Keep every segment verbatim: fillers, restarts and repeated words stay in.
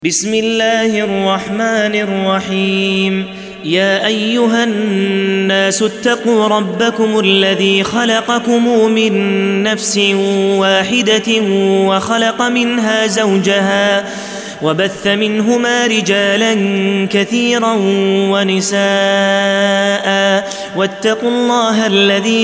بسم الله الرحمن الرحيم. يا أيها الناس اتقوا ربكم الذي خلقكم من نفس واحدة وخلق منها زوجها وبث منهما رجالا كثيرا ونساء واتقوا الله الذي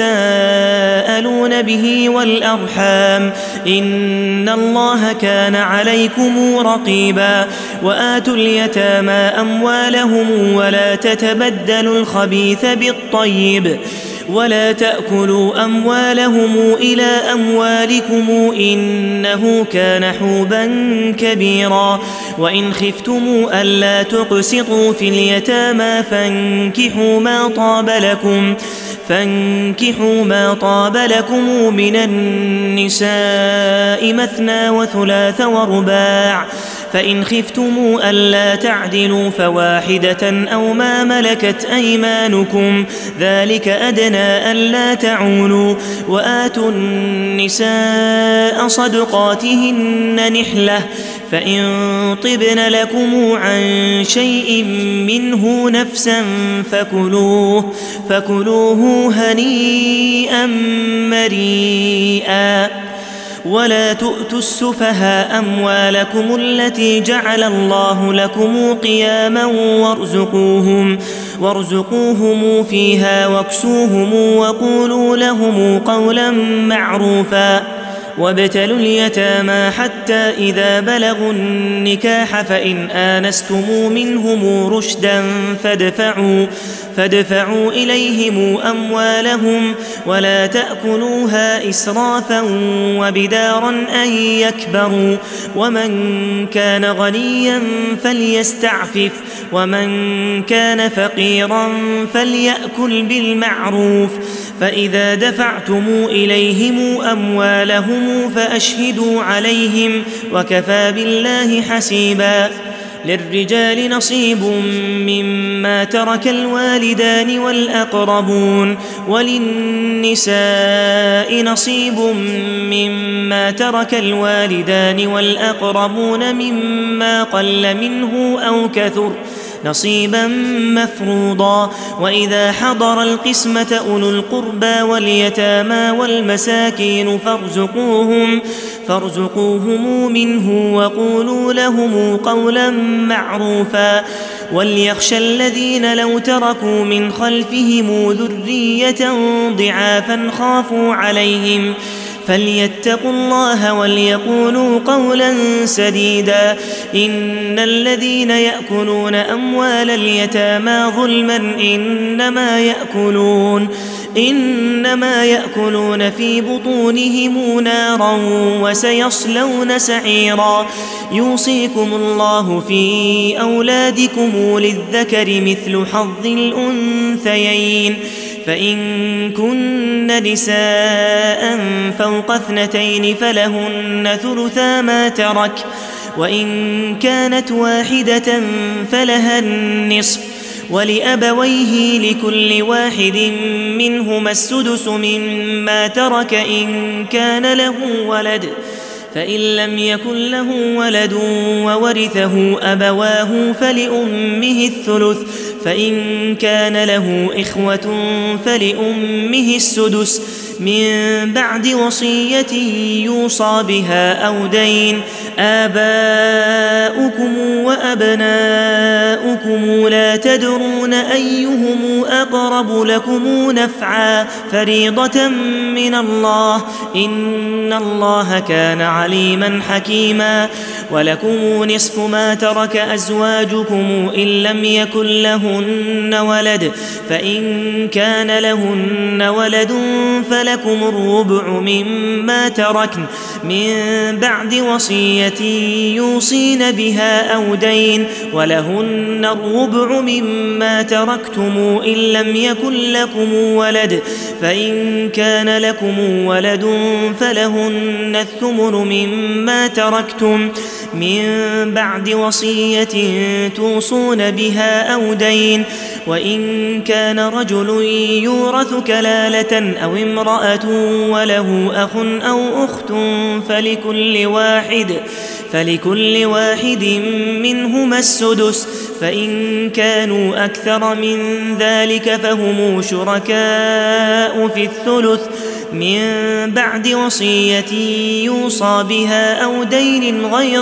تساءلون به والأرحام إن الله كان عليكم رقيبا. وآتوا اليتامى أموالهم ولا تتبدلوا الخبيث بالطيب ولا تأكلوا أموالهم إلى أموالكم إنه كان حوبا كبيرا. وإن خفتم ألا تقسطوا في اليتامى فانكحوا ما طاب لكم فانكحوا ما طاب لكم من النساء مثنى وثلاث ورباع فإن خفتم ألا تعدلوا فواحدة أو ما ملكت أيمانكم ذلك أدنى ألا تعولوا. وآتوا النساء صدقاتهن نحلة فإن طبن لكم عن شيء منه نفسا فكلوه فكلوه هنيئا مريئا. ولا تؤتوا السفهاء أموالكم التي جعل الله لكم قياما وارزقوهم, وارزقوهم فيها واكسوهم وقولوا لهم قولا معروفا. وابتلوا اليتامى حتى إذا بلغوا النكاح فإن آنستم منهم رشدا فادفعوا, فادفعوا إليهم أموالهم ولا تأكلوها إسرافا وبدارا أن يكبروا. ومن كان غنيا فليستعفف ومن كان فقيرا فليأكل بالمعروف. فإذا دفعتم إليهم أموالهم فأشهدوا عليهم وكفى بالله حسيبا. للرجال نصيب مما ترك الوالدان والأقربون وللنساء نصيب مما ترك الوالدان والأقربون مما قل منه أو كثر نصيبا مفروضا. وإذا حضر القسمة أولو القربى واليتامى والمساكين فارزقوهم, فارزقوهم منه وقولوا لهم قولا معروفا. وليخشى الذين لو تركوا من خلفهم ذرية ضعافا خافوا عليهم فليتقوا الله وليقولوا قولا سديدا. إن الذين يأكلون أموال اليتامى ظلما إنما يأكلون إنما يأكلون في بطونهم نارا وسيصلون سعيرا. يوصيكم الله في أولادكم للذكر مثل حظ الأنثيين فإن كن نساء فوق اثنتين فلهن ثلثا ما ترك وإن كانت واحدة فلها النصف ولأبويه لكل واحد منهما السدس مما ترك إن كان له ولد فإن لم يكن له ولد وورثه أبواه فلأمه الثلث فإن كان له إخوة فلأمه السدس من بعد وصية يوصى بها أو دين. آباؤكم وأبناؤكم لا تدرون أيهم أقرب لكم نفعا فريضة من الله إن الله كان عليما حكيما. ولكم نصف ما ترك أزواجكم إن لم يكن لهن ولد فإن كان لهن ولد فلكم الربع مما تركن من بعد وصية يوصين بها أو دين ولهن الربع مما تركتم إن لم يكن لكم ولد فإن كان لكم ولد فلهن الثمن مما تركتم من بعد وصية توصون بها أو دين. وإن كان رجل يورث كلالة أو امرأة وله أخ أو أخت فلكل واحد فلكل واحد منهما السدس فإن كانوا أكثر من ذلك فهم شركاء في الثلث من بعد وصية يوصى بها أو دين غير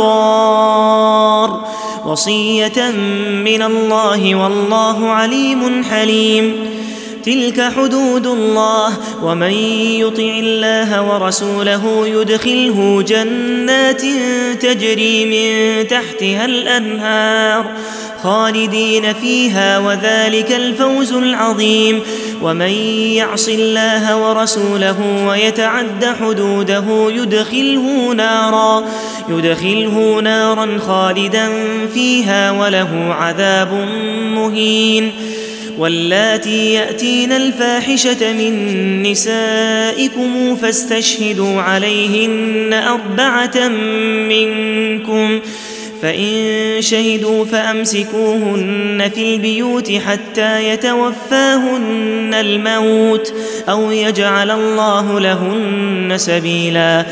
مضار وصية من الله والله عليم حليم. تلك حدود الله ومن يطع الله ورسوله يدخله جنات تجري من تحتها الأنهار خالدين فيها وذلك الفوز العظيم. ومن يعص الله ورسوله ويتعد حدوده يدخله نارا يدخله نارا خالدا فيها وله عذاب مهين. واللاتي يأتين الفاحشة من نسائكم فاستشهدوا عليهن أربعة منكم فإن شهدوا فأمسكوهن في البيوت حتى يتوفاهن الموت أو يجعل الله لهن سبيلا.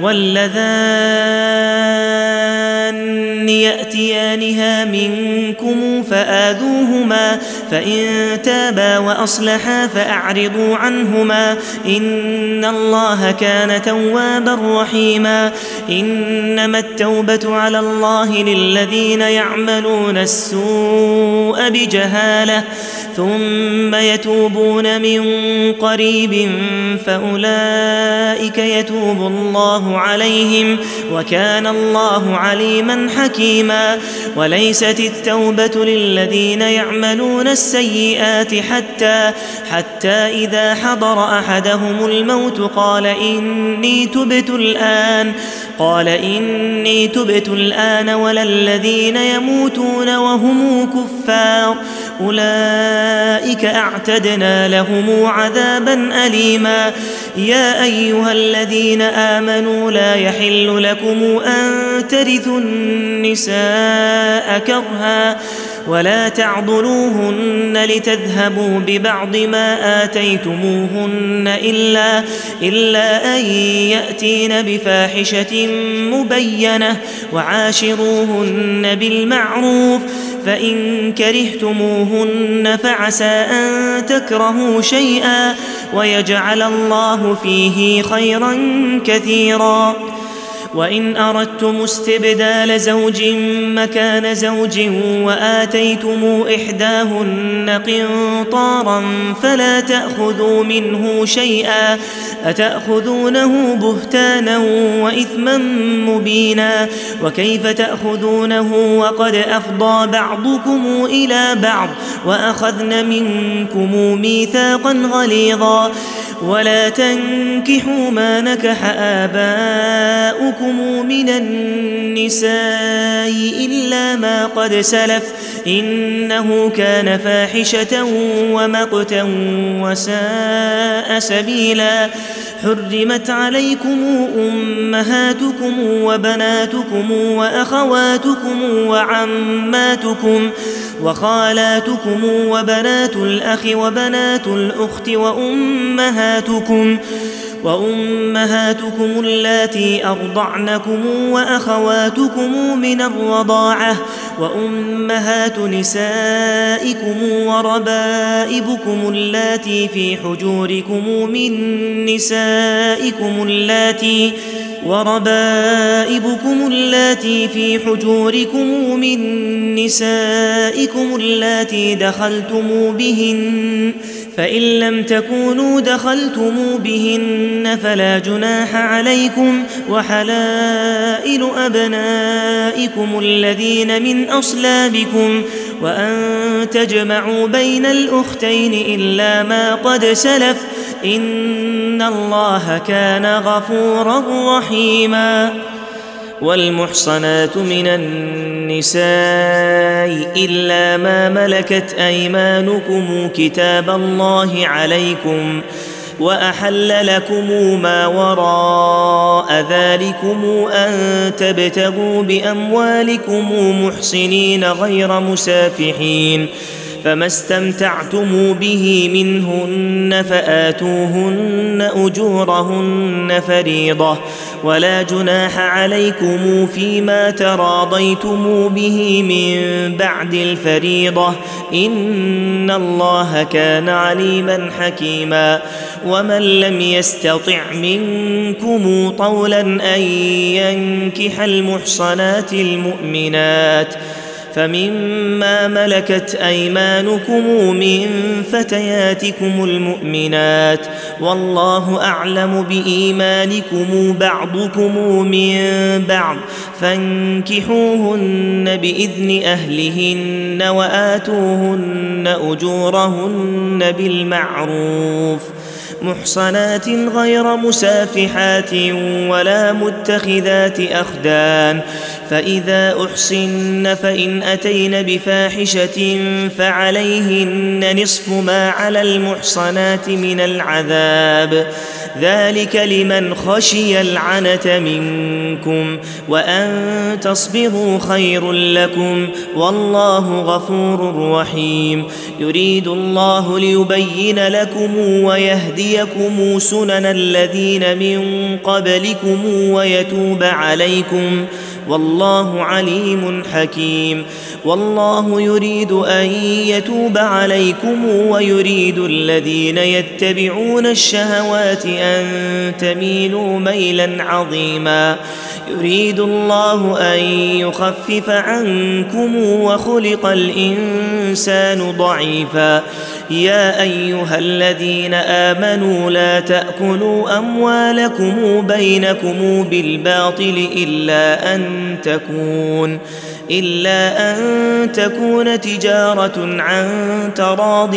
واللذان يأتيانها منكم فآذوهما فإن تابا وأصلحا فأعرضوا عنهما إن الله كان توابا رحيما. إنما التوبة على الله للذين يعملون السوء بجهالة ثم يتوبون من قريب فأولئك يتوب الله عليهم وكان الله عليما حكيما. وليست التوبة للذين يعملون السيئات حتى حتى إذا حضر أحدهم الموت قال إني تبت الآن قال إني تبت الآن ولا الذين يموتون وهم كفار أولئك أعتدنا لهم عذابا أليما. يا أيها الذين آمنوا لا يحل لكم أن ترثوا النساء كرها ولا تعضلوهن لتذهبوا ببعض ما آتيتموهن إلا, إلا أن يأتين بفاحشة مبينة وعاشروهن بالمعروف فإن كرهتموهن فعسى أن تكرهوا شيئا ويجعل الله فيه خيرا كثيرا. وإن أردتم استبدال زوج مكان زوج وآتيتم إحداهن قنطارا فلا تأخذوا منه شيئا أتأخذونه بهتانا وإثما مبينا. وكيف تأخذونه وقد أفضى بعضكم إلى بعض وأخذن منكم ميثاقا غليظا. ولا تنكحوا ما نكح آباؤكم من النساء إلا ما قد سلف إنه كان فاحشة ومقتا وساء سبيلا. حرمت عليكم أمهاتكم وبناتكم وأخواتكم وعماتكم وخالاتكم وبنات الأخ وبنات الأخت وأمهاتكم وأمهاتكم اللاتي أرضعنكم وأخواتكم من الرضاعة وأمهات نسائكم وربائبكم اللاتي في حجوركم من نسائكم اللاتي وربائبكم اللاتي في حجوركم من نسائكم اللاتي دخلتم بهن فإن لم تكونوا دخلتم بهن فلا جناح عليكم وحلائل أبنائكم الذين من أصلابكم وأن تجمعوا بين الأختين إلا ما قد سلف إن الله كان غفورا رحيما. والمحصنات من النساء إلا ما ملكت أيمانكم كتاب الله عليكم وأحل لكم ما وراء ذلكم أن تبتغوا بأموالكم محصنين غير مسافحين فما استمتعتم به منهن فآتوهن أجورهن فريضة ولا جناح عليكم فيما تراضيتم به من بعد الفريضة إن الله كان عليما حكيما ومن لم يستطع منكم طولا أن ينكح المحصنات المؤمنات فمما ملكت أيمانكم من فتياتكم المؤمنات والله أعلم بإيمانكم بعضكم من بعض فانكحوهن بإذن أهلهن وآتوهن أجورهن بالمعروف محصنات غير مسافحات ولا متخذات أخدان فإذا أحصن فإن أتين بفاحشة فعليهن نصف ما على المحصنات من العذاب ذلك لمن خشي العنة منكم وأن تصبروا خير لكم والله غفور رحيم يريد الله ليبين لكم ويهديكم سنن الذين من قبلكم ويتوب عليكم والله عليم حكيم والله يريد أن يتوب عليكم ويريد الذين يتبعون الشهوات أن تميلوا ميلا عظيما يريد الله أن يخفف عنكم وخلق الإنسان ضعيفا يا أيها الذين آمنوا لا تأكلوا أموالكم بينكم بالباطل إلا أن تكون إلا أن تكون تجارة عن تراض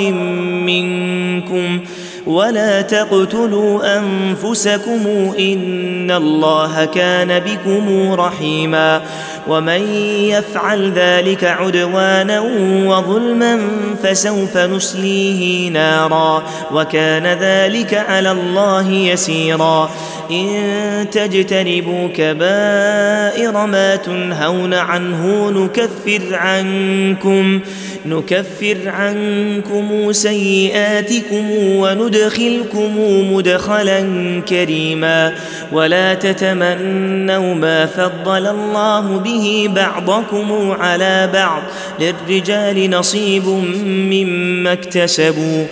منكم ولا تقتلوا أنفسكم إن الله كان بكم رحيما ومن يفعل ذلك عدوانا وظلما فسوف نصليه نارا وكان ذلك على الله يسيرا إن تجتنبوا كبائر ما تنهون عنه نكفر عنكم نكفر عنكم سيئاتكم وندخلكم مدخلا كريما ولا تتمنوا ما فضل الله به بعضكم على بعض للرجال نصيب مما اكتسبوا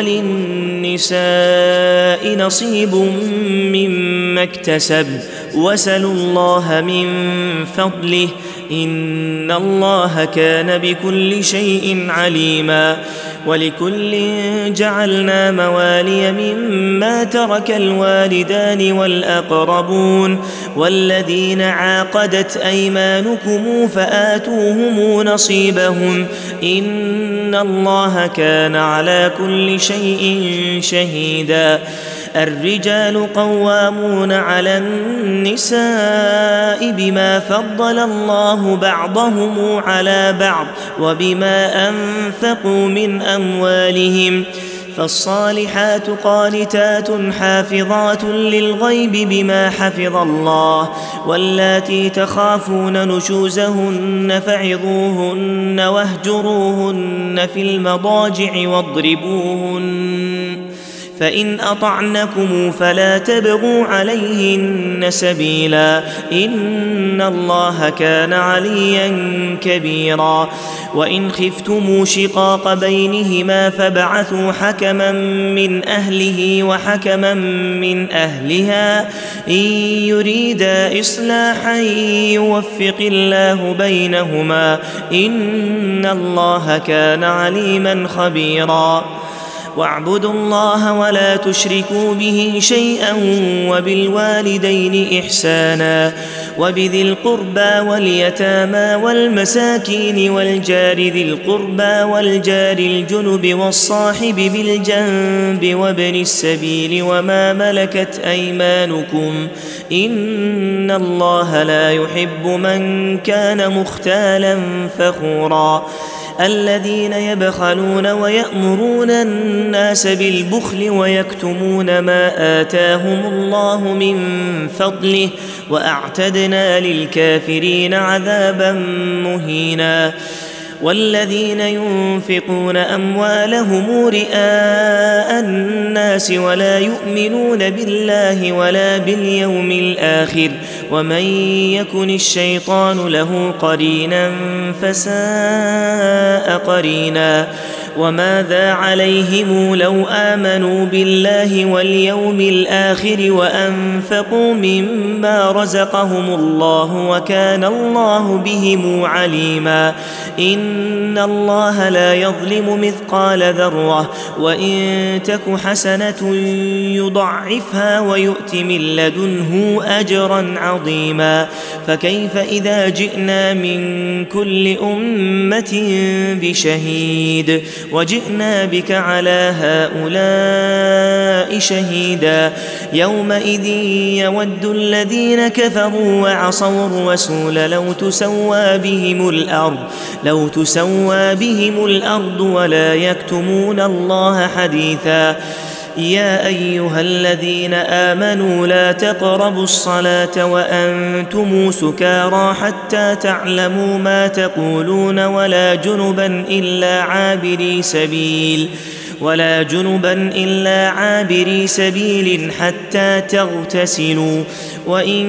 وللنساء نصيب مما اكتسبوا واسألوا الله من فضله إن الله كان بكل شيء عليما ولكل جعلنا موالي مما ترك الوالدان والأقربون والذين عاقدت أيمانكم فآتوهم نصيبهم إن الله كان على كل شيء شهيدا الرجال قوامون على النساء بما فضل الله بعضهم على بعض وبما أنفقوا من أموالهم فالصالحات قانتات حافظات للغيب بما حفظ الله واللاتي تخافون نشوزهن فعظوهن واهجروهن في المضاجع واضربوهن فإن أطعنكم فلا تبغوا عليهن سبيلا إن الله كان عليا كبيرا وإن خفتم شقاق بينهما فابعثوا حكما من أهله وحكما من أهلها إن يريدا إصلاحا يوفق الله بينهما إن الله كان عليما خبيرا واعبدوا الله ولا تشركوا به شيئا وبالوالدين إحسانا وبذي القربى واليتامى والمساكين والجار ذي القربى والجار الجنب والصاحب بالجنب وابن السبيل وما ملكت أيمانكم إن الله لا يحب من كان مختالا فخورا الذين يبخلون ويأمرون الناس بالبخل ويكتمون ما آتاهم الله من فضله وأعتدنا للكافرين عذابا مهينا والذين ينفقون أموالهم رئاء الناس ولا يؤمنون بالله ولا باليوم الآخر ومن يكن الشيطان له قرينا فساء قرينا وماذا عليهم لو آمنوا بالله واليوم الآخر وأنفقوا مما رزقهم الله وكان الله بهم عليما إن الله لا يظلم مثقال ذرة وإن تك حسنة يضعفها ويؤت من لدنه أجرا عظيما فكيف إذا جئنا من كل أمة بشهيد وجئنا بك على هؤلاء شهيدا يومئذ يود الذين كفروا وعصوا الرسول لو تسوى بهم الأرض لو تسوى بهم الأرض ولا يكتمون الله حديثا يا أيها الذين آمنوا لا تقربوا الصلاة وأنتم سكارى حتى تعلموا ما تقولون ولا جنبا إلا عابري سبيل ولا جنبا إلا عابري سبيل حتى تغتسلوا وإن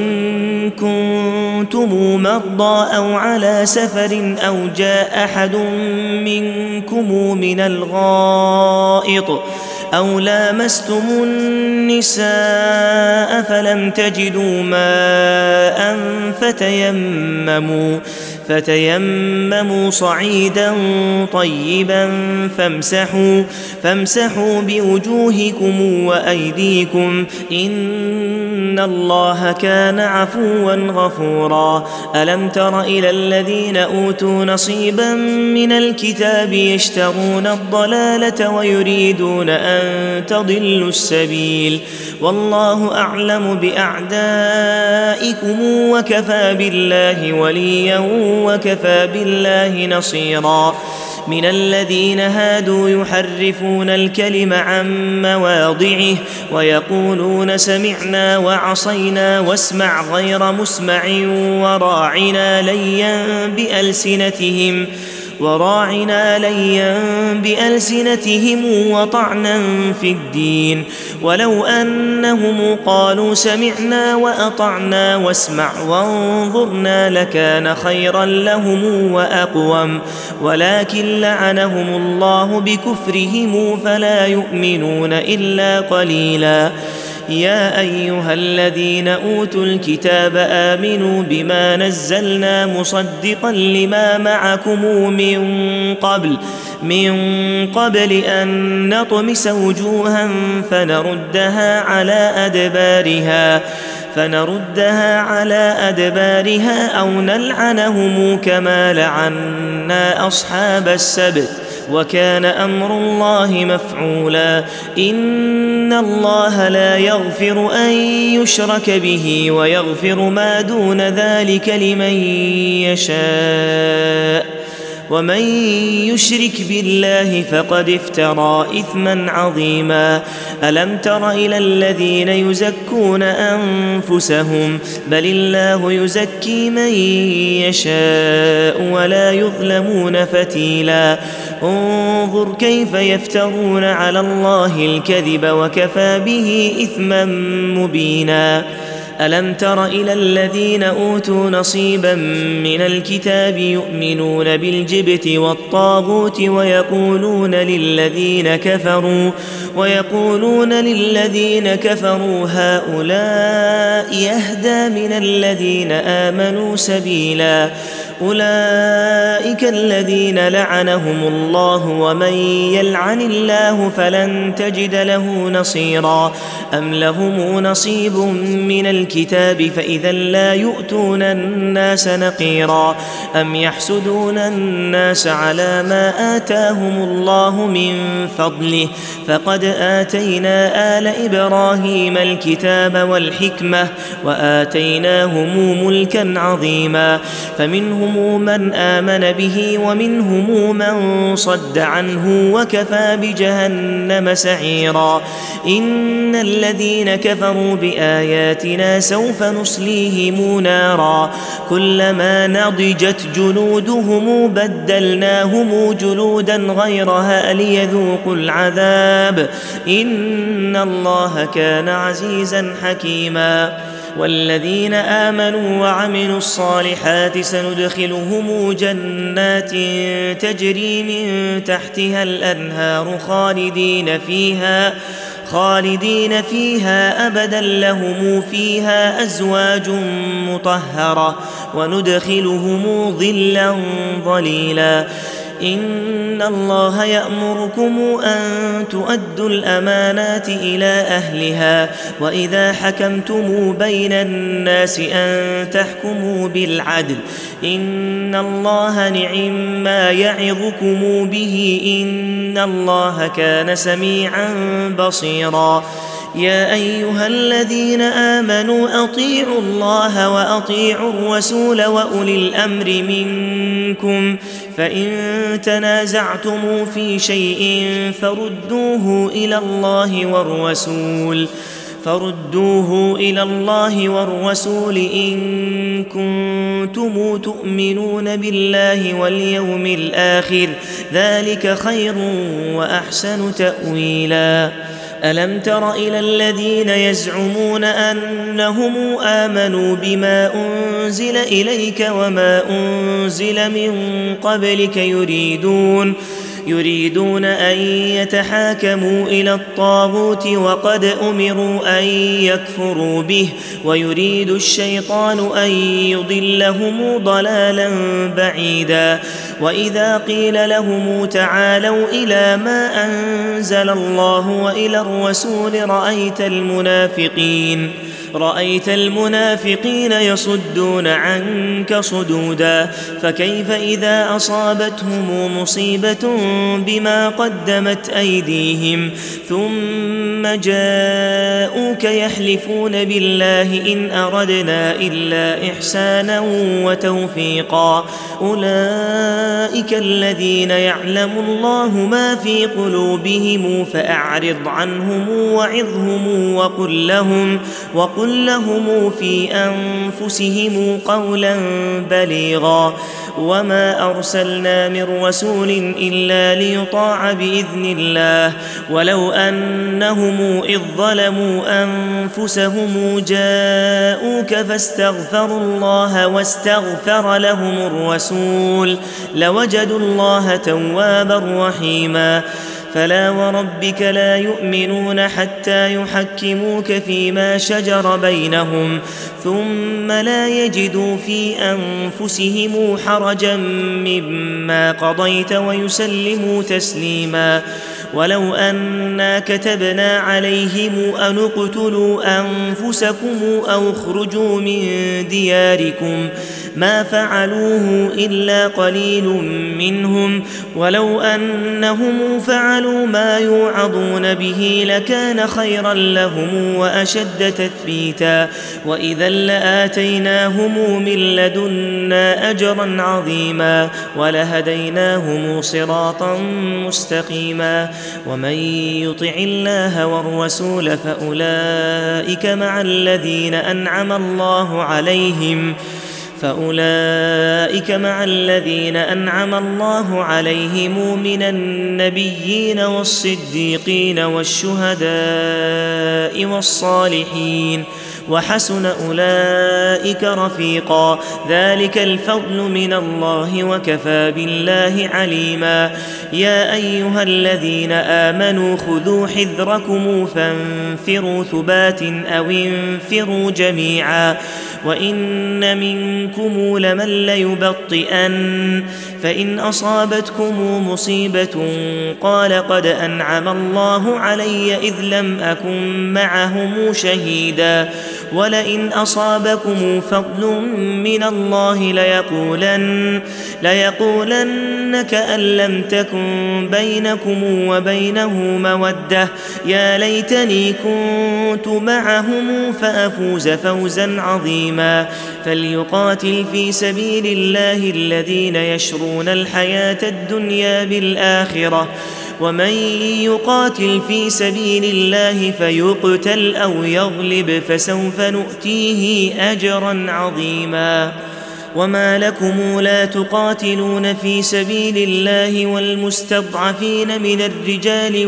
كنتم مرضى أو على سفر أو جاء أحد منكم من الغائط أو لامستم النساء فلم تجدوا ماء فتيمموا فتيمموا صعيدا طيبا فامسحوا فامسحوا بوجوهكم وأيديكم إن الله كان عفوا غفورا ألم تر إلى الذين أوتوا نصيبا من الكتاب يشترون الضلالة ويريدون أن تضلوا السبيل والله أعلم بأعدائكم وكفى بالله وليا وكفى بالله نصيرا من الذين هادوا يحرفون الكلم عن مواضعه ويقولون سمعنا وعصينا واسمع غير مسمع وراعنا ليا بألسنتهم وراعنا ليا بألسنتهم وطعنا في الدين ولو أنهم قالوا سمعنا وأطعنا واسمع وانظرنا لكان خيرا لهم وأقوم ولكن لعنهم الله بكفرهم فلا يؤمنون إلا قليلا يا أيها الذين أوتوا الكتاب آمنوا بما نزلنا مصدقا لما معكم من قبل من قبل أن نطمس وجوها فنردها على أدبارها فنردها على أدبارها أو نلعنهم كما لعنا أصحاب السبت وكان أمر الله مفعولا إن الله لا يغفر أن يشرك به ويغفر ما دون ذلك لمن يشاء ومن يشرك بالله فقد افترى إثما عظيما ألم تر إلى الذين يزكون أنفسهم بل الله يزكي من يشاء ولا يظلمون فتيلا انظر كيف يفترون على الله الكذب وكفى به إثما مبينا ألم تر إلى الذين أوتوا نصيبا من الكتاب يؤمنون بالجبت والطاغوت ويقولون للذين كفروا ويقولون للذين كفروا هؤلاء يهدى من الذين آمنوا سبيلا أولئك الذين لعنهم الله ومن يلعن الله فلن تجد له نصيرا أم لهم نصيب من الكتاب فإذا لا يؤتون الناس نقيرا أم يحسدون الناس على ما آتاهم الله من فضله فقد آتينا آل إبراهيم الكتاب والحكمة وآتيناهم ملكا عظيما فمنهم من آمن به ومنهم من صد عنه وكفى بجهنم سعيرا إن الذين كفروا بآياتنا سوف نصليهم نارا كلما نضجت جلودهم بدلناهم جلودا غيرها ليذوقوا العذاب إن الله كان عزيزا حكيما والذين آمنوا وعملوا الصالحات سندخلهم جنات تجري من تحتها الأنهار خالدين فيها خالدين فيها أبدا لهم فيها أزواج مطهرة وندخلهم ظلا ظليلا إن الله يأمركم أن تؤدوا الأمانات إلى أهلها وإذا حكمتم بين الناس أن تحكموا بالعدل إن الله نعم ما يعظكم به إن الله كان سميعا بصيرا يا أيها الذين آمنوا أطيعوا الله وأطيعوا الرسول وأولي الأمر منكم فإن تنازعتم في شيء فردوه إلى الله والرسول فردوه إلى الله والرسول إن كنتم تؤمنون بالله واليوم الآخر ذلك خير وأحسن تأويلا ألم تر إلى الذين يزعمون أنهم آمنوا بما أنزل إليك وما أنزل من قبلك يريدون يريدون أن يتحاكموا إلى الطاغوت وقد أمروا أن يكفروا به ويريد الشيطان أن يضلهم ضلالا بعيدا وإذا قيل لهم تعالوا إلى ما أنزل الله وإلى الرسول رأيت المنافقين رأيت المنافقين يصدون عنك صدودا فكيف إذا أصابتهم مصيبة بما قدمت أيديهم ثم جاءوك يحلفون بالله إن أردنا إلا إحسانا وتوفيقا أولئك الذين يعلم الله ما في قلوبهم فأعرض عنهم وعظهم وقل لهم وقل قل لهم في أنفسهم قولا بليغا وما أرسلنا من رسول إلا ليطاع بإذن الله ولو أنهم إذ ظلموا أنفسهم جاءوك فاستغفروا الله واستغفر لهم الرسول لوجدوا الله توابا رحيما فلا وربك لا يؤمنون حتى يحكموك فيما شجر بينهم ثم لا يجدوا في أنفسهم حرجا مما قضيت ويسلموا تسليما ولو أنا كتبنا عليهم أن اقتلوا أنفسكم أو اخرجوا من دياركم ما فعلوه إلا قليل منهم ولو أنهم فعلوا ما يوعظون به لكان خيرا لهم وأشد تثبيتا وإذا لآتيناهم من لدنا أجرا عظيما ولهديناهم صراطا مستقيما ومن يطع الله والرسول فأولئك مع الذين أنعم الله عليهم فأولئك مع الذين أنعم الله عليهم من النبيين والصديقين والشهداء والصالحين وحسن أولئك رفيقا ذلك الفضل من الله وكفى بالله عليما يا أيها الذين آمنوا خذوا حذركم فانفروا ثبات أو انفروا جميعا وإن منكم لمن ليبطئن فإن أصابتكم مصيبة قال قد أنعم الله علي إذ لم أكن معهم شهيدا ولئن أصابكم فضل من الله ليقولن ليقولن كأن لم تكن بينكم وبينه مودة يا ليتني كنت معهم فأفوز فوزا عظيما فليقاتل في سبيل الله الذين يشرون الحياة الدنيا بالآخرة ومن يقاتل في سبيل الله فيقتل أو يغلب فسوف نؤتيه أجرا عظيما وما لكم لا تقاتلون في سبيل الله والمستضعفين من الرجال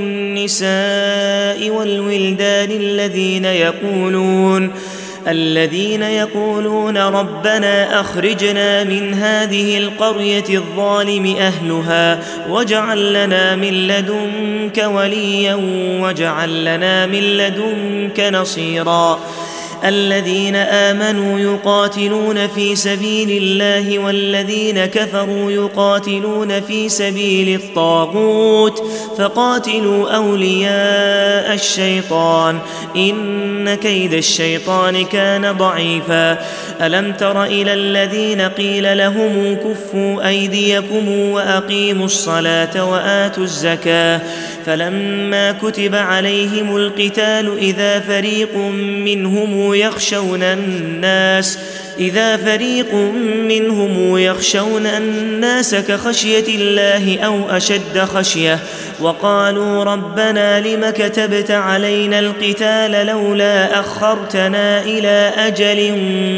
والنساء والولدان الذين يقولون الذين يقولون ربنا أخرجنا من هذه القرية الظالم أهلها واجعل لنا من لدنك وليا واجعل لنا من لدنك نصيرا الذين آمنوا يقاتلون في سبيل الله والذين كفروا يقاتلون في سبيل الطاغوت فقاتلوا أولياء الشيطان إن كيد الشيطان كان ضعيفا ألم تر إلى الذين قيل لهم كفوا أيديكم وأقيموا الصلاة وآتوا الزكاة فلما كتب عليهم القتال إذا فريق منهم يخشون الناس إذا فريق منهم يخشون الناس كخشية الله أو أشد خشية وقالوا ربنا لم كتبت علينا القتال لولا أخرتنا إلى أجل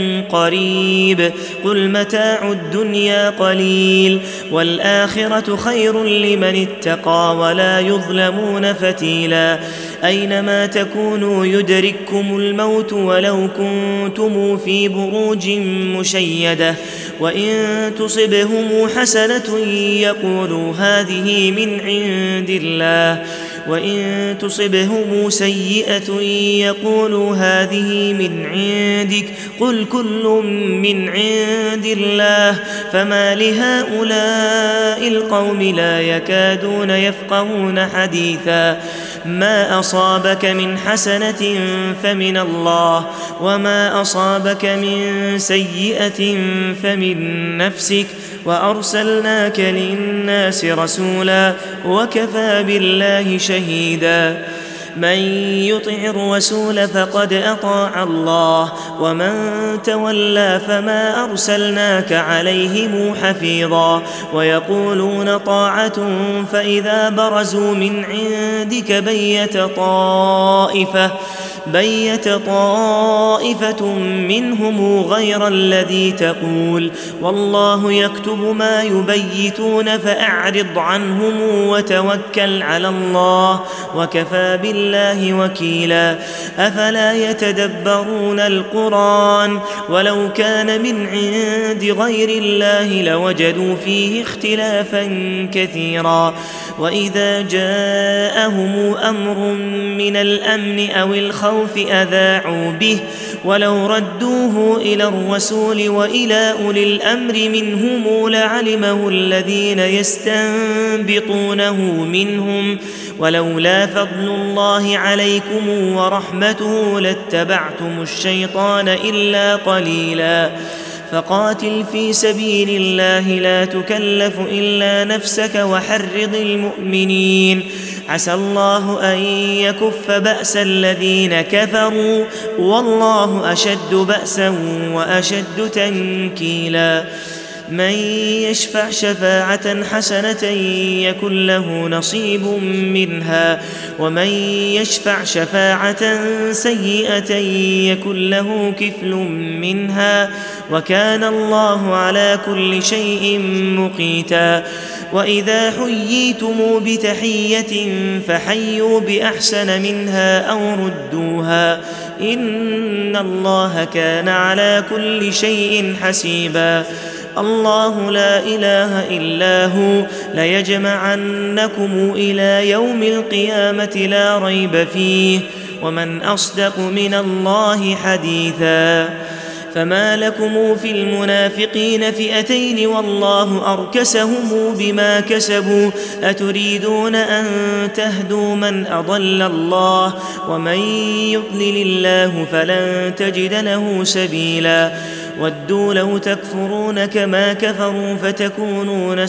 قريب قل متاع الدنيا قليل والآخرة خير لمن اتقى ولا يظلمون فتيلا أينما تكونوا يدرككم الموت ولو كنتم في بروج مشيدة وإن تصبهم حسنة يقولوا هذه من عند الله وإن تصبهم سيئة يقولوا هذه من عندك قل كل من عند الله فما لهؤلاء القوم لا يكادون يفقهون حديثا ما أصابك من حسنة فمن الله وما أصابك من سيئة فمن نفسك وأرسلناك للناس رسولا وكفى بالله شهيدا من يطع الرسول فقد أطاع الله ومن تولى فما أرسلناك عليهم حفيظا ويقولون طاعة فإذا برزوا من عندك بيت طائفة بيت طائفة منهم غير الذي تقول والله يكتب ما يبيتون فأعرض عنهم وتوكل على الله وكفى بالله وكيلا أفلا يتدبرون القرآن ولو كان من عند غير الله لوجدوا فيه اختلافا كثيرا وإذا جاءهم أمر من الأمن أو الخوف أذاعوا به ولو ردوه إلى الرسول وإلى أولي الأمر منهم لعلمه الذين يستنبطونه منهم ولولا فضل الله عليكم ورحمته لاتبعتم الشيطان إلا قليلا فقاتل في سبيل الله لا تكلف إلا نفسك وحرض المؤمنين عسى الله أن يكف بأس الذين كفروا والله أشد بأسا وأشد تنكيلا من يشفع شفاعة حسنة يكن له نصيب منها ومن يشفع شفاعة سيئة يكن له كفل منها وكان الله على كل شيء مقيتا وإذا حييتم بتحية فحيوا بأحسن منها أو ردوها إن الله كان على كل شيء حسيبا الله لا إله إلا هو ليجمعنكم إلى يوم القيامة لا ريب فيه ومن أصدق من الله حديثا فما لكم في المنافقين فئتين والله أركسهم بما كسبوا أتريدون أن تهدوا من أضل الله ومن يضلل الله فلن تجد له سبيلا ودوا لو تكفرون كما كفروا فتكونون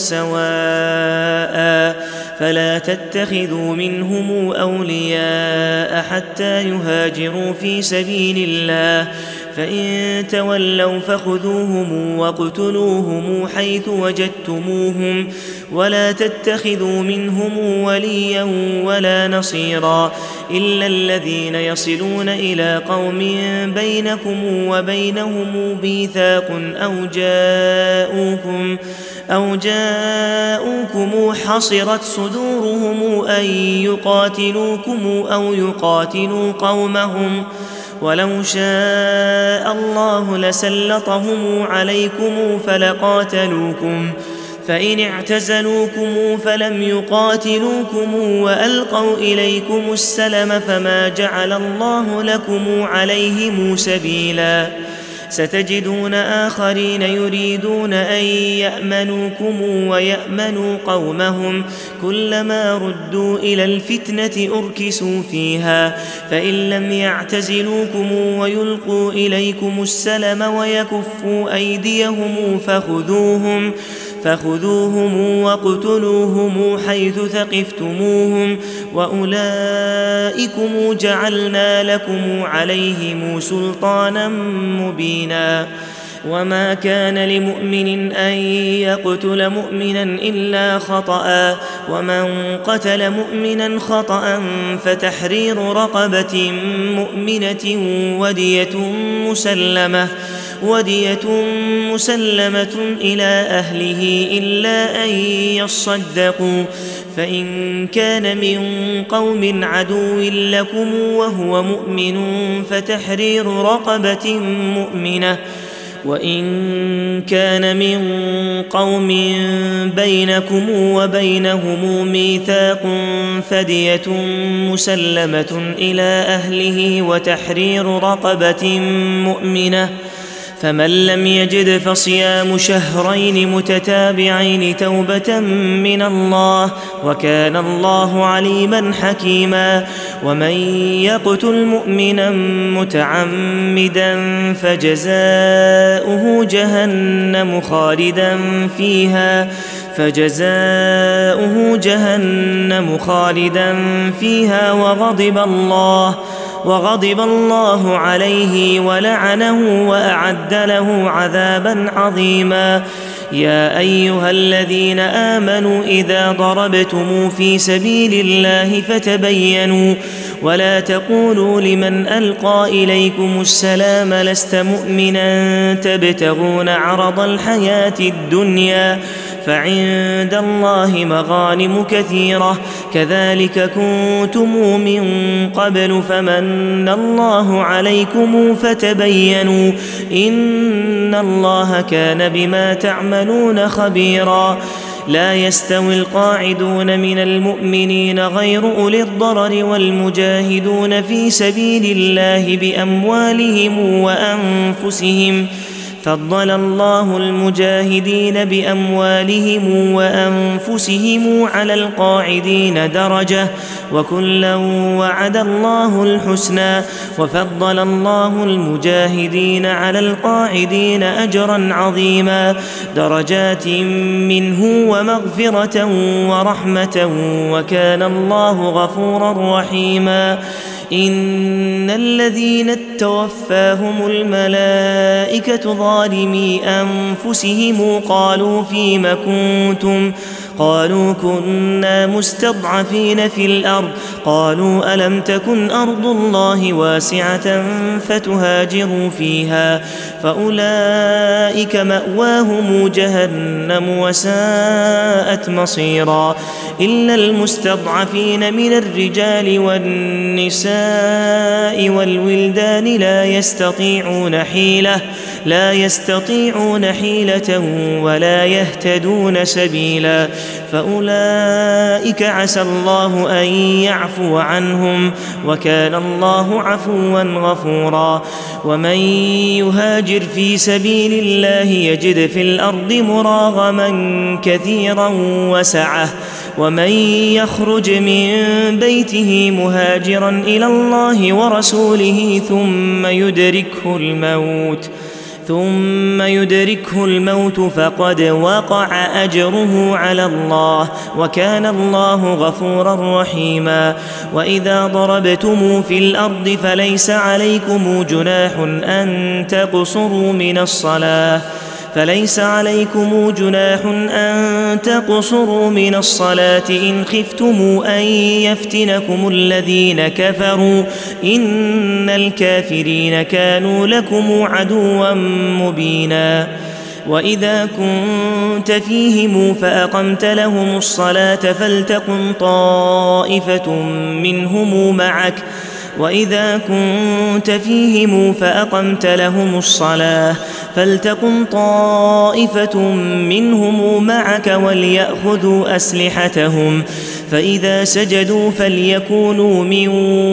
سواء فلا تتخذوا منهم أولياء حتى يهاجروا في سبيل الله فإن تولوا فخذوهم واقتلوهم حيث وجدتموهم ولا تتخذوا منهم وليا ولا نصيرا إلا الذين يصلون إلى قوم بينكم وبينهم ميثاق أو جاءوكم أو جاءوكم حصرت صدورهم أن يقاتلوكم أو يقاتلوا قومهم ولو شاء الله لسلطهم عليكم فلقاتلوكم فإن اعتزلوكم فلم يقاتلوكم وألقوا إليكم السلم فما جعل الله لكم عليهم سبيلا ستجدون آخرين يريدون أن يأمنوكم ويأمنوا قومهم كلما ردوا إلى الفتنة أركسوا فيها فإن لم يعتزلوكم ويلقوا إليكم السلم ويكفوا أيديهم فخذوهم فخذوهم واقتلوهم حيث ثقفتموهم وأولئكم جعلنا لكم عليهم سلطانا مبينا وما كان لمؤمن أن يقتل مؤمنا إلا خطأ ومن قتل مؤمنا خطأ فتحرير رقبة مؤمنة ودية مسلمة ودية مسلمة إلى أهله إلا أن يصدقوا فإن كان من قوم عدو لكم وهو مؤمن فتحرير رقبة مؤمنة وإن كان من قوم بينكم وبينهم ميثاق فدية مسلمة إلى أهله وتحرير رقبة مؤمنة فمن لم يجد فصيام شهرين متتابعين توبة من الله وكان الله عليما حكيما ومن يقتل مؤمنا متعمدا فجزاؤه جهنم خالدا فيها فجزاؤه جهنم خالدا فيها وغضب الله وغضب الله عليه ولعنه وأعد له عذابا عظيما يا أيها الذين آمنوا إذا ضربتم في سبيل الله فتبينوا ولا تقولوا لمن ألقى إليكم السلام لست مؤمنا تبتغون عرض الحياة الدنيا فعند الله مغانم كثيرة كذلك كنتم من قبل فمن الله عليكم فتبينوا إن الله كان بما تعملون خبيرا لا يستوي القاعدون من المؤمنين غير أولي الضرر والمجاهدون في سبيل الله بأموالهم وأنفسهم فضل الله المجاهدين بأموالهم وأنفسهم على القاعدين درجة وكلا وعد الله الحسنى وفضل الله المجاهدين على القاعدين أجرا عظيما درجات منه ومغفرة ورحمة وكان الله غفورا رحيما إن الذين توفاهم الملائكة ظالمي أنفسهم قالوا فيم كنتم قالوا كنا مستضعفين في الأرض قالوا ألم تكن أرض الله واسعة فتهاجروا فيها فأولئك مأواهم جهنم وساءت مصيرا إلا المستضعفين من الرجال والنساء والولدان لا يستطيعون حيلة لا يستطيعون حيلة ولا يهتدون سبيلا فأولئك عسى الله أن يعفو عنهم وكان الله عفوا غفورا ومن يهاجر في سبيل الله يجد في الأرض مراغما كثيرا وسعة ومن يخرج من بيته مهاجرا إلى الله ورسوله ثم يدركه الموت ثم يدركه الموت فقد وقع أجره على الله وكان الله غفورا رحيما. وإذا ضربتم في الأرض فليس عليكم جناح أن تقصروا من الصلاة فليس عليكم جناح أن تقصروا من الصلاة إن خفتم أن يفتنكم الذين كفروا إن الكافرين كانوا لكم عدوا مبينا. وإذا كنت فيهم فأقمت لهم الصلاة فلتقم طائفة منهم معك وإذا كنت فيهم فأقمت لهم الصلاة فلتقم طائفة منهم معك وليأخذوا أسلحتهم فإذا سجدوا فليكونوا من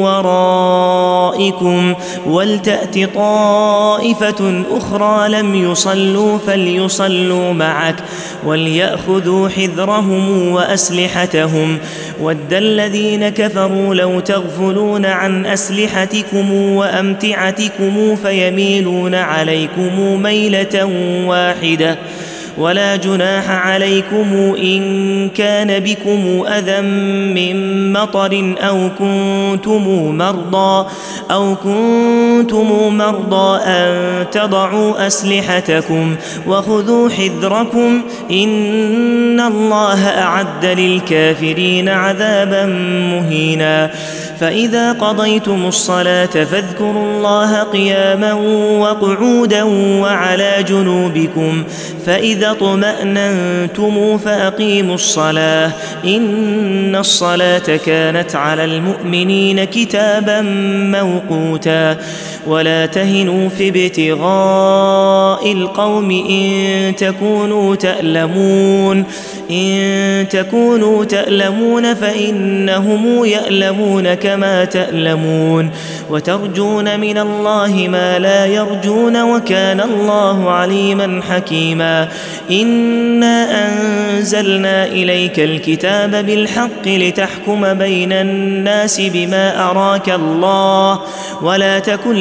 ورائكم ولتأت طائفة أخرى لم يصلوا فليصلوا معك وليأخذوا حذرهم وأسلحتهم ود الذين كفروا لو تغفلون عن أسلحتكم وأمتعتكم فيميلون عليكم ميلة واحدة ولا جناح عليكم إن كان بكم أذى من مطر أو كنتم مرضى أو كنتم مرضى أن تضعوا أسلحتكم وخذوا حذركم إن الله أعد للكافرين عذابا مهينا. فإذا قضيتم الصلاة فاذكروا الله قياما وقعودا وعلى جنوبكم فإذا اطمأننتم فأقيموا الصلاة إن الصلاة كانت على المؤمنين كتابا موقوتا. ولا تهنوا في ابتغاء القوم إن تكونوا تألمون إن تكونوا تألمون فإنهم يألمون كما تألمون وترجون من الله ما لا يرجون وكان الله عليما حكيما. إنا أنزلنا إليك الكتاب بالحق لتحكم بين الناس بما أراك الله ولا تكن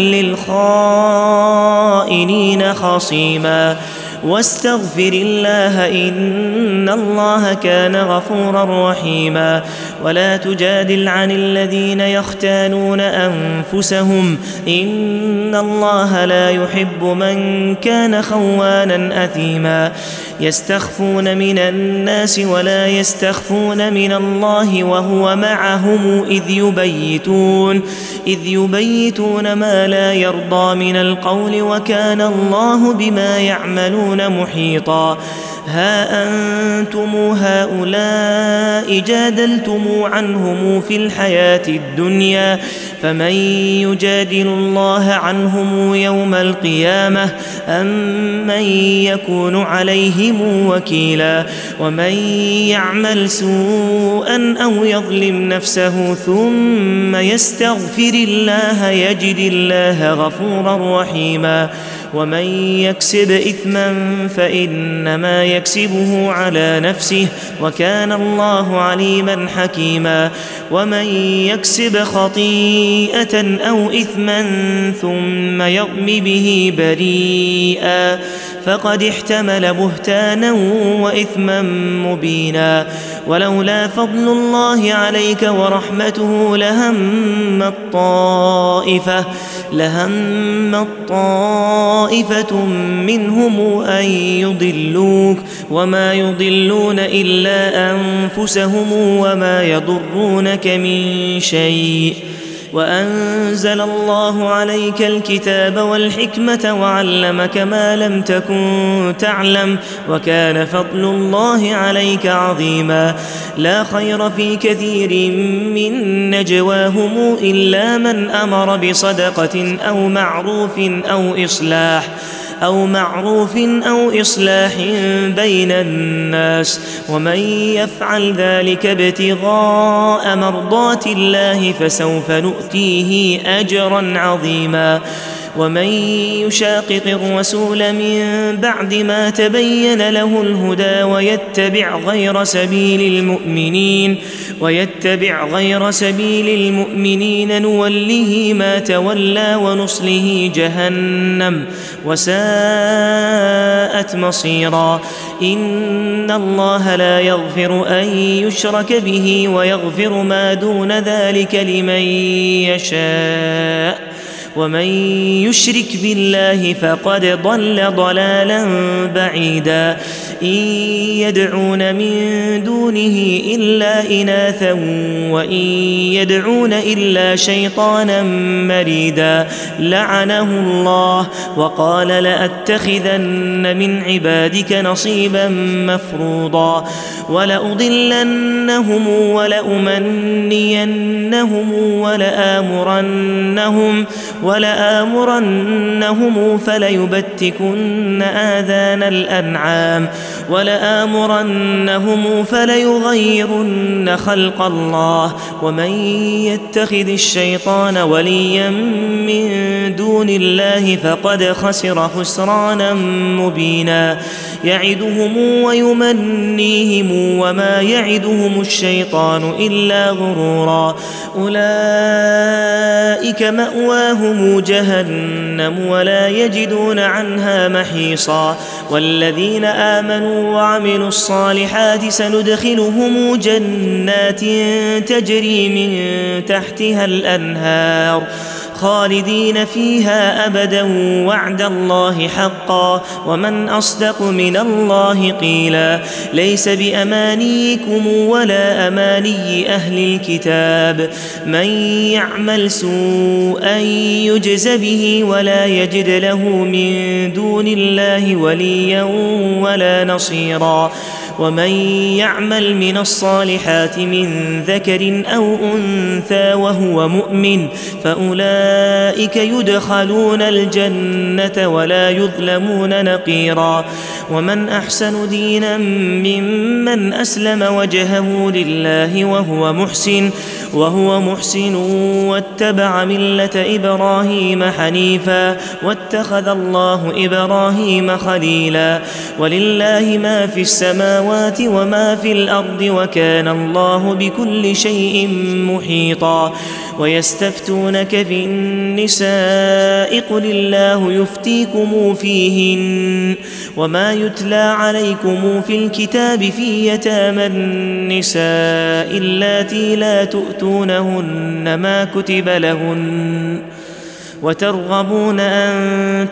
للخائنين خصيما واستغفر الله إن الله كان غفورا رحيما. ولا تجادل عن الذين يختانون أنفسهم إن الله لا يحب من كان خوانا أثيما. يستخفون من الناس ولا يستخفون من الله وهو معهم إذ يبيتون إذ يبيتون ما لا يرضى من القول وكان الله بما يعملون محيطا. ها أنتم هؤلاء جادلتم عنهم في الحياة الدنيا فمن يجادل الله عنهم يوم القيامة أم من يكون عليهم وكيلا. ومن يعمل سوءا أو يظلم نفسه ثم يستغفر الله يجد الله غفورا رحيما. ومن يكسب إثما فإنما يكسبه على نفسه وكان الله عليما حكيما. ومن يكسب خطيئة أو إثما ثم يرم به بريئا فقد احتمل بهتانا وإثما مبينا. ولولا فضل الله عليك ورحمته لهم الطائفة لهم الطائفة منهم أن يضلوك وما يضلون إلا أنفسهم وما يضرونك من شيء. وأنزل الله عليك الكتاب والحكمة وعلمك ما لم تكن تعلم وكان فضل الله عليك عظيما. لا خير في كثير من نجواهم إلا من أمر بصدقة أو معروف أو إصلاح أو معروف أو إصلاح بين الناس ومن يفعل ذلك ابتغاء مرضات الله فسوف نؤتيه أجرا عظيما. ومن يشاقق الرسول من بعد ما تبين له الهدى ويتبع غير سبيل المؤمنين ويتبع غير سبيل المؤمنين نوله ما تولى ونصله جهنم وساءت مصيرا. إن الله لا يغفر أن يشرك به ويغفر ما دون ذلك لمن يشاء ومن يشرك بالله فقد ضل ضلالا بعيدا. إن يدعون من دونه إلا إناثا وإن يدعون إلا شيطانا مريدا لعنه الله وقال لأتخذن من عبادك نصيبا مفروضا ولأضلنهم ولأمنينهم ولآمرنهم ولآمرنهم فليبتكن آذان الأنعام ولآمرنهم فليغيرن خلق الله ومن يتخذ الشيطان وليا من دون الله فقد خسر خسرانا مبينا. يعدهم ويمنيهم وما يعدهم الشيطان إلا غرورا. أولئك مأواهم جهنم ولا يجدون عنها محيصا. والذين آمنوا وعملوا الصالحات سندخلهم جنات تجري من تحتها الأنهار خالدين فيها أبدا وعد الله حقا ومن أصدق من الله قيلا. ليس بأمانيكم ولا أماني أهل الكتاب من يعمل سوءا يجز به ولا يجد له من دون الله وليا ولا نصيرا. ومن يعمل من الصالحات من ذكر أو أنثى وهو مؤمن فأولئك يدخلون الجنة ولا يظلمون نقيرا. ومن أحسن دينا ممن أسلم وجهه لله وهو محسن وهو محسن واتبع ملة إبراهيم حنيفا واتخذ الله إبراهيم خليلا. ولله ما في السماوات وما في الأرض وكان الله بكل شيء محيطا. ويستفتونك في النساء قل الله يفتيكم فيهن وما يتلى عليكم في الكتاب في يتامى النساء اللاتي لا تؤتونهن ما كتب لهن وترغبون أن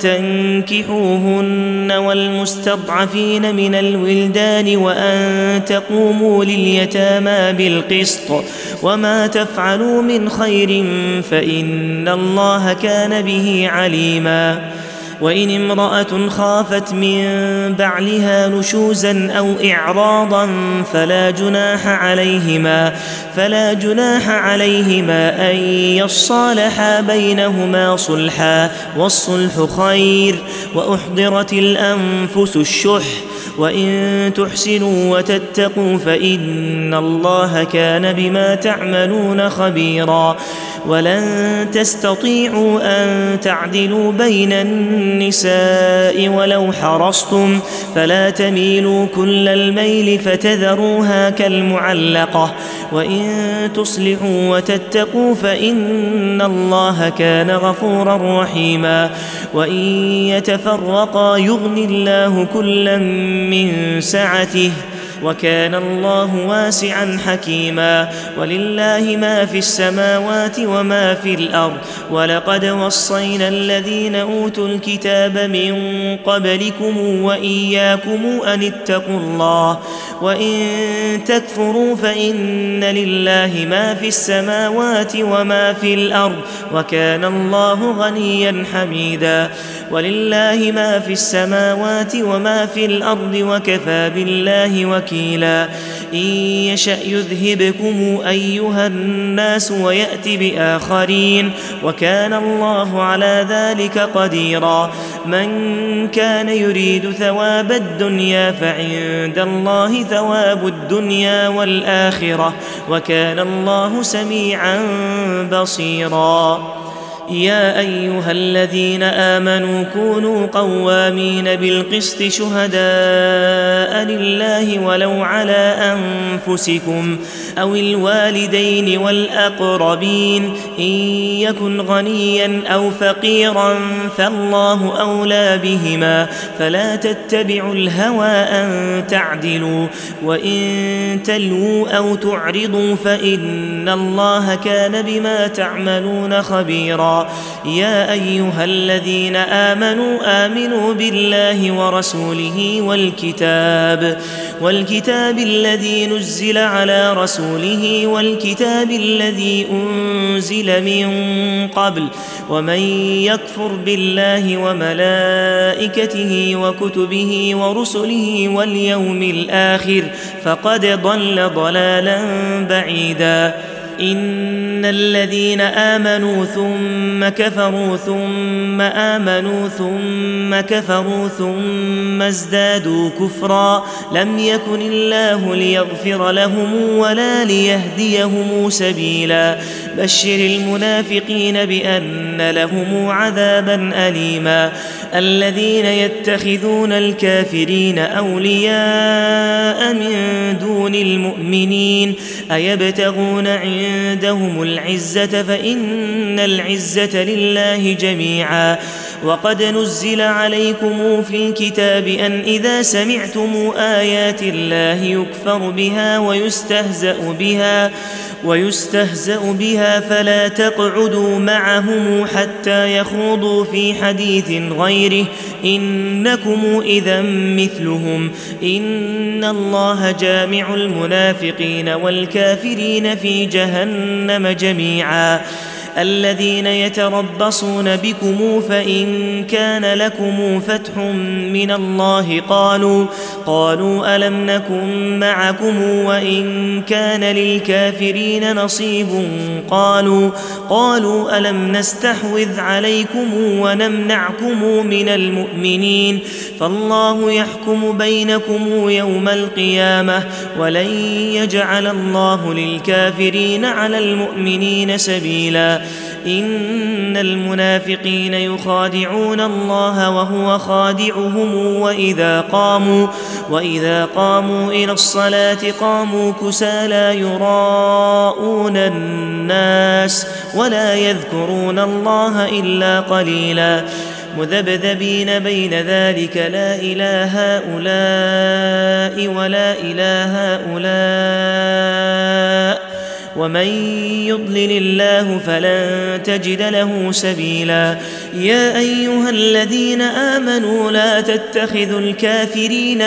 تنكحوهن والمستضعفين من الولدان وأن تقوموا لليتامى بالقسط وما تفعلوا من خير فإن الله كان به عليما. وإن امرأة خافت من بعلها نشوزا أو إعراضا فلا جناح عليهما فلا جناح عليهما أن يصالحا بينهما صلحا والصلح خير. وأحضرت الأنفس الشح وإن تحسنوا وتتقوا فإن الله كان بما تعملون خبيرا. ولن تستطيعوا أن تعدلوا بين النساء ولو حرصتم فلا تميلوا كل الميل فتذروها كالمعلقة وإن تصلحوا وتتقوا فإن الله كان غفورا رحيما. وإن يتفرقا يغن الله كلا من سعته وكان الله واسعا حكيما. ولله ما في السماوات وما في الأرض ولقد وصينا الذين أوتوا الكتاب من قبلكم وإياكم أن اتقوا الله وإن تكفروا فإن لله ما في السماوات وما في الأرض وكان الله غنيا حميدا. ولله ما في السماوات وما في الأرض وكفى بالله وكيلا. إن يشأ يذهبكم أيها الناس ويأت بآخرين وكان الله على ذلك قديرا. من كان يريد ثواب الدنيا فعند الله ثواب الدنيا والآخرة وكان الله سميعا بصيرا. يا أيها الذين آمنوا كونوا قوامين بالقسط شهداء لله ولو على أنفسكم أو الوالدين والأقربين إن يكن غنيا أو فقيرا فالله أولى بهما فلا تتبعوا الهوى أن تعدلوا وإن تلووا أو تعرضوا فإن الله كان بما تعملون خبيرا. يا أيها الذين آمنوا آمنوا بالله ورسوله والكتاب والكتاب الذي نزل على رسوله والكتاب الذي أنزل من قبل ومن يكفر بالله وملائكته وكتبه ورسله واليوم الآخر فقد ضل ضلالا بعيدا. إن الذين آمنوا ثم كفروا ثم آمنوا ثم كفروا ثم ازدادوا كفرا لم يكن الله ليغفر لهم ولا ليهديهم سبيلا. بشر المنافقين بأن لهم عذابا أليما. الذين يتخذون الكافرين أولياء من دون المؤمنين أيبتغون عندهم العزة فإن العزة لله جميعا. وقد نزل عليكم في الكتاب أن إذا سمعتم آيات الله يكفر بها ويستهزأ بها ويستهزأ بها فلا تقعدوا معهم حتى يخوضوا في حديث غيره إنكم إذا مثلهم إن الله جامع المنافقين والكافرين في جهنم جميعا. الذين يتربصون بكم فإن كان لكم فتح من الله قالوا قالوا ألم نكن معكم وإن كان للكافرين نصيب قالوا قالوا ألم نستحوذ عليكم ونمنعكم من المؤمنين فالله يحكم بينكم يوم القيامة ولن يجعل الله للكافرين على المؤمنين سبيلا. إن المنافقين يخادعون الله وهو خادعهم وإذا قاموا وإذا قاموا إلى الصلاة قاموا كسالى يراءون الناس ولا يذكرون الله إلا قليلا. مذبذبين بين ذلك لا إله هؤلاء ولا إله هؤلاء ومن يضلل الله فلن تجد له سبيلا. يا أيها الذين آمنوا لا تتخذوا الكافرين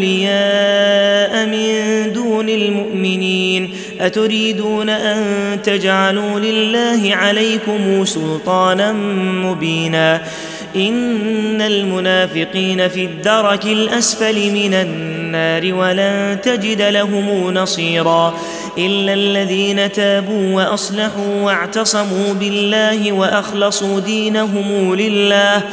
أولياء من دون المؤمنين أتريدون أن تجعلوا لله عليكم سلطانا مبينا. إن المنافقين في الدرك الأسفل من النار ولن تجد لهم نصيرا إلا الذين تابوا وأصلحوا واعتصموا بالله وأخلصوا دينهم لله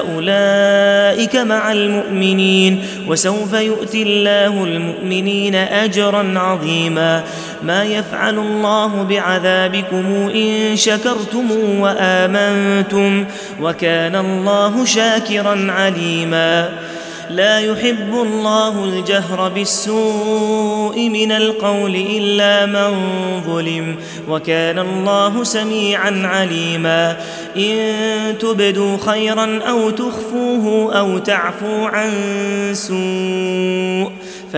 فأولئك مع المؤمنين وسوف يؤتي الله المؤمنين أجرا عظيما. ما يفعل الله بعذابكم إن شكرتم وآمنتم وكان الله شاكرا عليما. لا يحب الله الجهر بالسوء من القول إلا من ظلم وكان الله سميعا عليما. إن تبدوا خيرا أو تخفوه أو تعفوا عن سوء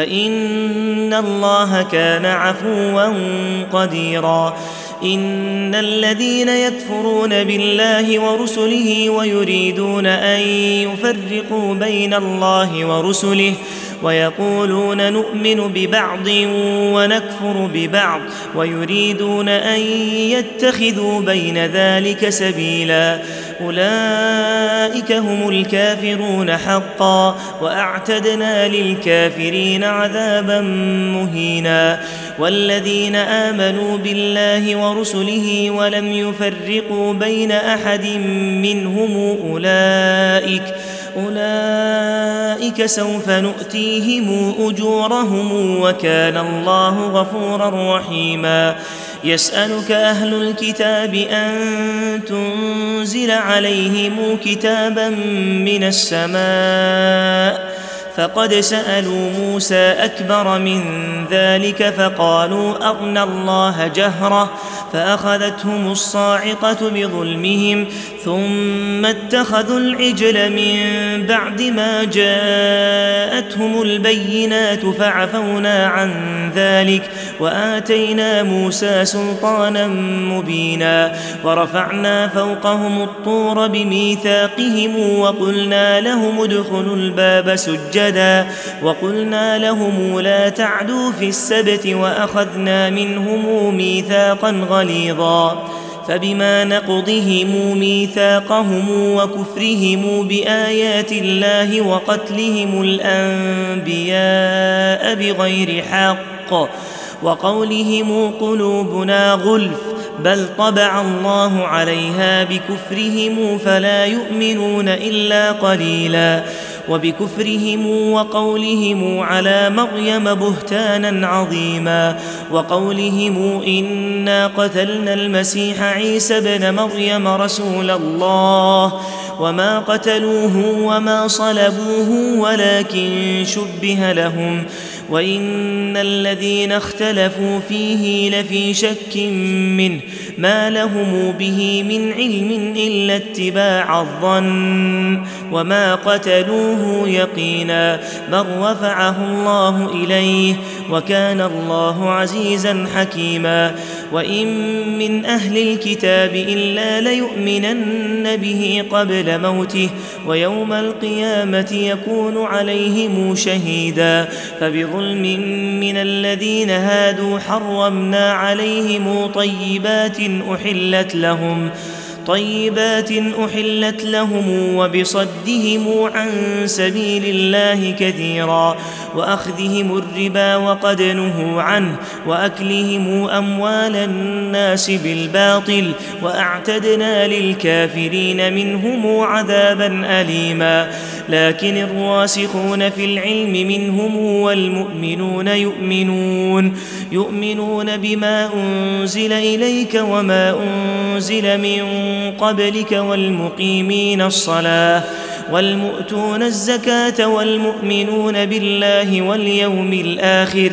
فإن الله كان عفوا قديرا. إن الذين يكفرون بالله ورسله ويريدون أن يفرقوا بين الله ورسله ويقولون نؤمن ببعض ونكفر ببعض ويريدون أن يتخذوا بين ذلك سبيلا أولئك هم الكافرون حقا وأعتدنا للكافرين عذابا مهينا. والذين آمنوا بالله ورسله ولم يفرقوا بين أحد منهم أولئك أولئك سوف نؤتيهم أجورهم وكان الله غفورا رحيما. يسألك أهل الكتاب أن تنزل عليهم كتابا من السماء فقد سألوا موسى أكبر من ذلك فقالوا أرنا الله جهرة فأخذتهم الصاعقة بظلمهم ثم اتخذوا العجل من بعد ما جاءتهم البينات فعفونا عن ذلك وآتينا موسى سلطانا مبينا ورفعنا فوقهم الطور بميثاقهم وقلنا لهم ادخلوا الباب سجدا وقلنا لهم لا تعدوا في السبت وأخذنا منهم ميثاقا غليظا فبما نقضهم ميثاقهم وكفرهم بآيات الله وقتلهم الأنبياء بغير حق وقولهم قلوبنا غلف بل طبع الله عليها بكفرهم فلا يؤمنون إلا قليلا وبكفرهم وقولهم على مريم بهتانا عظيما وقولهم إنا قتلنا المسيح عيسى ابن مريم رسول الله وما قتلوه وما صلبوه ولكن شبه لهم وإن الذين اختلفوا فيه لفي شك منه ما لهم به من علم إلا اتباع الظن وما قتلوه يقينا بل رفعه الله إليه وكان الله عزيزا حكيما وإن من أهل الكتاب إلا ليؤمنن به قبل موته ويوم القيامة يكون عليهم شهيدا فبظلم من الذين هادوا حرمنا عليهم طيبات أحلت لهم طيبات أحلت لهم وبصدهم عن سبيل الله كثيرا وأخذهم الربا وقد نهوا عنه وأكلهم أموال الناس بالباطل وأعتدنا للكافرين منهم عذابا أليما لكن الراسخون في العلم منهم والمؤمنون يؤمنون يؤمنون بما أنزل إليك وما أنزل من قبلك والمقيمين الصلاة والمؤتون الزكاة والمؤمنون بالله واليوم الآخر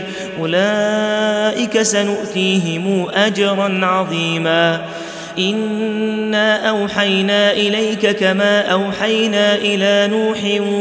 أولئك سنؤتيهم أجرا عظيما إنا أوحينا إليك كما أوحينا إلى نوح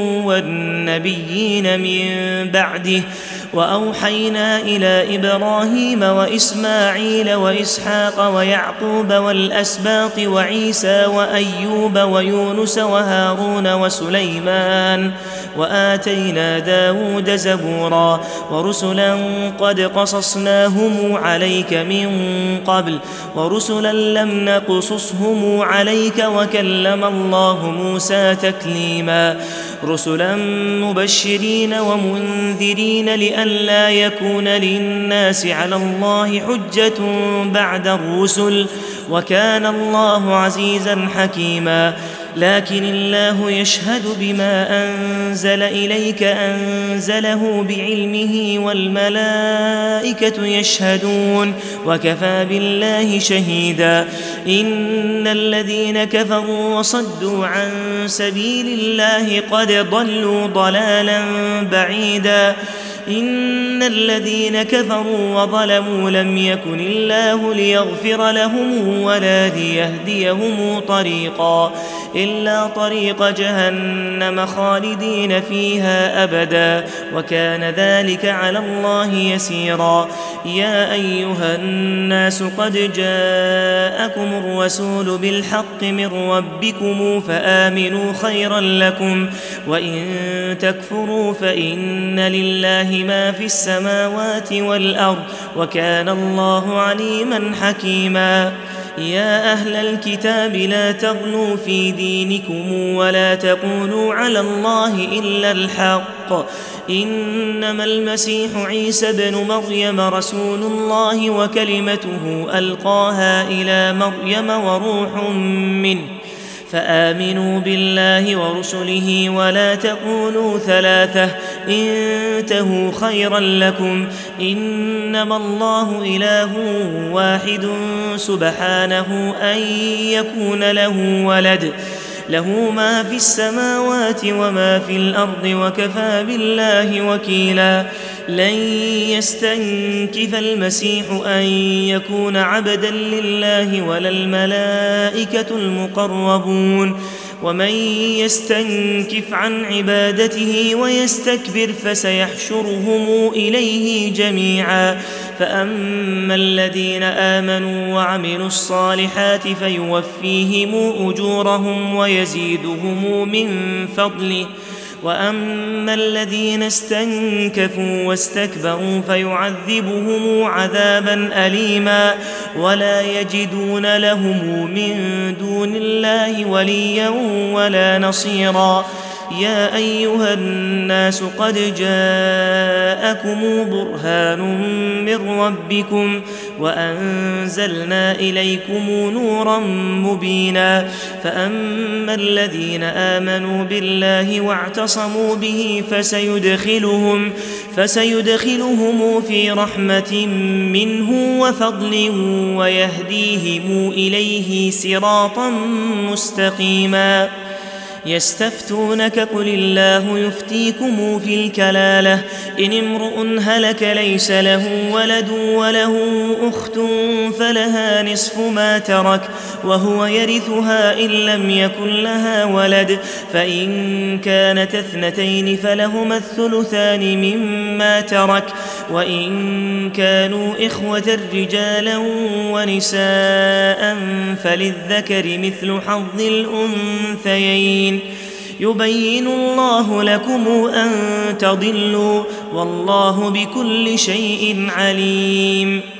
والنبيين من بعده وأوحينا إلى إبراهيم وإسماعيل وإسحاق ويعقوب والأسباط وعيسى وأيوب ويونس وهارون وسليمان وآتينا داود زبورا ورسلا قد قصصناهم عليك من قبل ورسلا لم نقصصهم عليك وكلم الله موسى تكليما رسلا مبشرين ومنذرين لئلا يكون للناس على الله حجة بعد الرسل وكان الله عزيزا حكيما لكن الله يشهد بما أنزل إليك أنزله بعلمه والملائكة يشهدون وكفى بالله شهيدا إن الذين كفروا وصدوا عن سبيل الله قد ضلوا ضلالا بعيدا إن الذين كفروا وظلموا لم يكن الله ليغفر لهم ولا ليهديهم طريقا إلا طريق جهنم خالدين فيها أبدا وكان ذلك على الله يسيرا يا أيها الناس قد جاءكم الرسول بالحق من ربكم فآمنوا خيرا لكم وإن تكفروا فإن لله ما في السماوات والأرض وكان الله عليما حكيما يا أهل الكتاب لا تغلوا في دينكم ولا تقولوا على الله إلا الحق إنما المسيح عيسى ابن مريم رسول الله وكلمته ألقاها إلى مريم وروح منه فآمنوا بالله ورسله ولا تقولوا ثلاثة انتهوا خيرا لكم إنما الله إله واحد سبحانه أن يكون له ولد له ما في السماوات وما في الأرض وكفى بالله وكيلا لن يستنكف المسيح أن يكون عبدا لله ولا الملائكة المقربون ومن يستنكف عن عبادته ويستكبر فسيحشرهم إليه جميعا فأما الذين آمنوا وعملوا الصالحات فيوفيهم أجورهم ويزيدهم من فضله وأما الذين استنكفوا واستكبروا فيعذبهم عذابا أليما ولا يجدون لهم من دون الله وليا ولا نصيرا يا أيها الناس قد جاءكم برهان من ربكم وأنزلنا إليكم نورا مبينا فأما الذين آمنوا بالله واعتصموا به فسيدخلهم, فسيدخلهم في رحمة منه وفضل ويهديهم إليه صراطا مستقيما يستفتونك قل الله يفتيكم في الكلالة إن امرؤ هلك ليس له ولد وله أخت فلها نصف ما ترك وهو يرثها إن لم يكن لها ولد فإن كانت اثنتين فلهما الثلثان مما ترك وإن كانوا إخوة رجالا ونساء فللذكر مثل حظ الأنثيين يبين الله لكم أن تضلوا والله بكل شيء عليم